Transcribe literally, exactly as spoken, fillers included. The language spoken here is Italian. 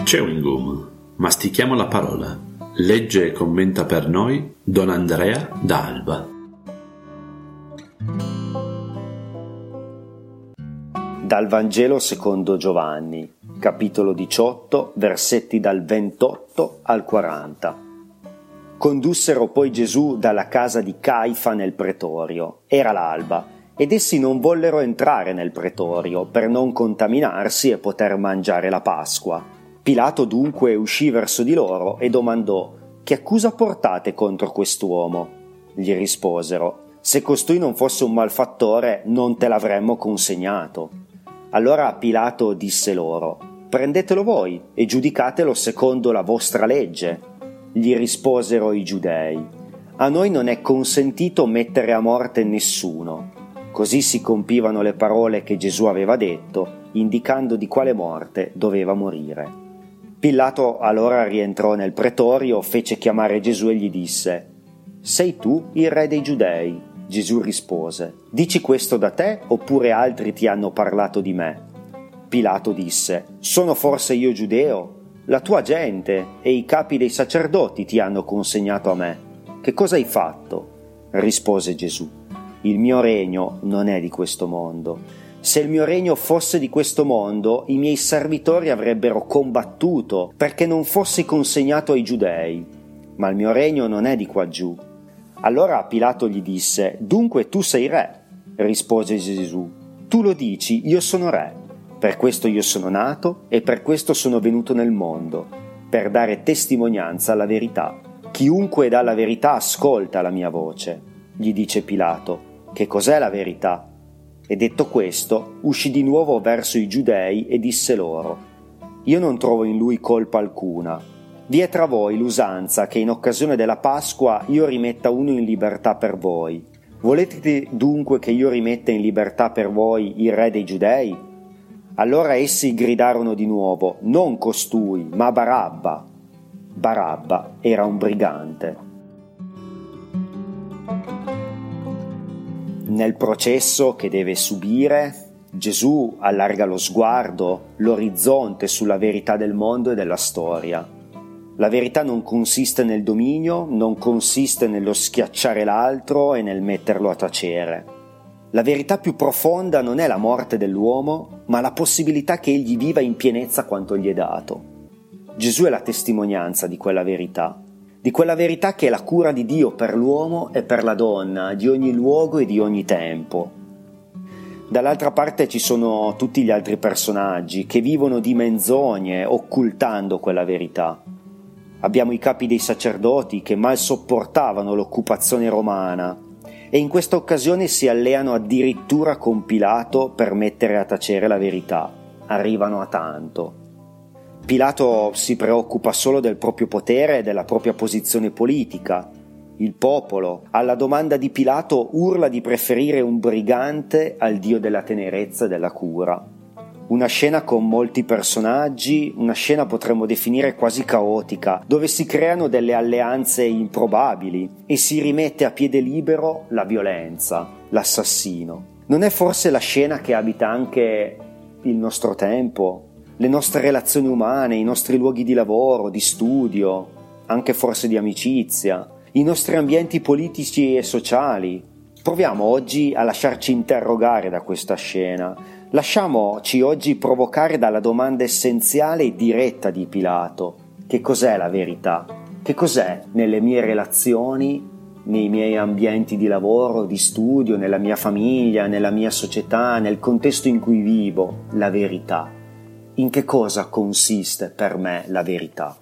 Chewing Gum, mastichiamo la parola. Legge e commenta per noi Don Andrea da Alba. Dal Vangelo secondo Giovanni, capitolo diciotto, versetti dal ventotto al quaranta. Condussero poi Gesù dalla casa di Caifa nel pretorio. Era l'alba, ed essi non vollero entrare nel pretorio per non contaminarsi e poter mangiare la Pasqua. Pilato dunque uscì verso di loro e domandò: «Che accusa portate contro quest'uomo?» Gli risposero: «Se costui non fosse un malfattore, non te l'avremmo consegnato». Allora Pilato disse loro: «Prendetelo voi e giudicatelo secondo la vostra legge». Gli risposero i giudei: «A noi non è consentito mettere a morte nessuno». Così si compivano le parole che Gesù aveva detto, indicando di quale morte doveva morire. Pilato allora rientrò nel pretorio, fece chiamare Gesù e gli disse: «Sei tu il re dei Giudei?» Gesù rispose: «Dici questo da te, oppure altri ti hanno parlato di me?» Pilato disse: «Sono forse io giudeo? La tua gente e i capi dei sacerdoti ti hanno consegnato a me. Che cosa hai fatto?» Rispose Gesù: «Il mio regno non è di questo mondo. Se il mio regno fosse di questo mondo, i miei servitori avrebbero combattuto perché non fossi consegnato ai giudei. Ma il mio regno non è di qua giù». Allora Pilato gli disse: «Dunque tu sei re?» Rispose Gesù: «Tu lo dici, io sono re. Per questo io sono nato e per questo sono venuto nel mondo, per dare testimonianza alla verità. Chiunque dà la verità ascolta la mia voce». Gli dice Pilato: «Che cos'è la verità?» E detto questo, uscì di nuovo verso i giudei e disse loro: «Io non trovo in lui colpa alcuna. Vi è tra voi l'usanza che in occasione della Pasqua io rimetta uno in libertà per voi. Volete dunque che io rimetta in libertà per voi il re dei Giudei?» Allora essi gridarono di nuovo: «Non costui, ma Barabba». Barabba era un brigante. Nel processo che deve subire, Gesù allarga lo sguardo, l'orizzonte sulla verità del mondo e della storia. La verità non consiste nel dominio, non consiste nello schiacciare l'altro e nel metterlo a tacere. La verità più profonda non è la morte dell'uomo, ma la possibilità che egli viva in pienezza quanto gli è dato. Gesù è la testimonianza di quella verità. Di quella verità che è la cura di Dio per l'uomo e per la donna, di ogni luogo e di ogni tempo. Dall'altra parte ci sono tutti gli altri personaggi che vivono di menzogne, occultando quella verità. Abbiamo i capi dei sacerdoti che mal sopportavano l'occupazione romana e in questa occasione si alleano addirittura con Pilato per mettere a tacere la verità. Arrivano a tanto. Pilato si preoccupa solo del proprio potere e della propria posizione politica. Il popolo, alla domanda di Pilato, urla di preferire un brigante al Dio della tenerezza e della cura. Una scena con molti personaggi, una scena potremmo definire quasi caotica, dove si creano delle alleanze improbabili e si rimette a piede libero la violenza, l'assassino. Non è forse la scena che abita anche il nostro tempo? Le nostre relazioni umane, i nostri luoghi di lavoro, di studio, anche forse di amicizia, i nostri ambienti politici e sociali. Proviamo oggi a lasciarci interrogare da questa scena. Lasciamoci oggi provocare dalla domanda essenziale e diretta di Pilato: che cos'è la verità? Che cos'è nelle mie relazioni, nei miei ambienti di lavoro, di studio, nella mia famiglia, nella mia società, nel contesto in cui vivo, la verità? In che cosa consiste per me la verità?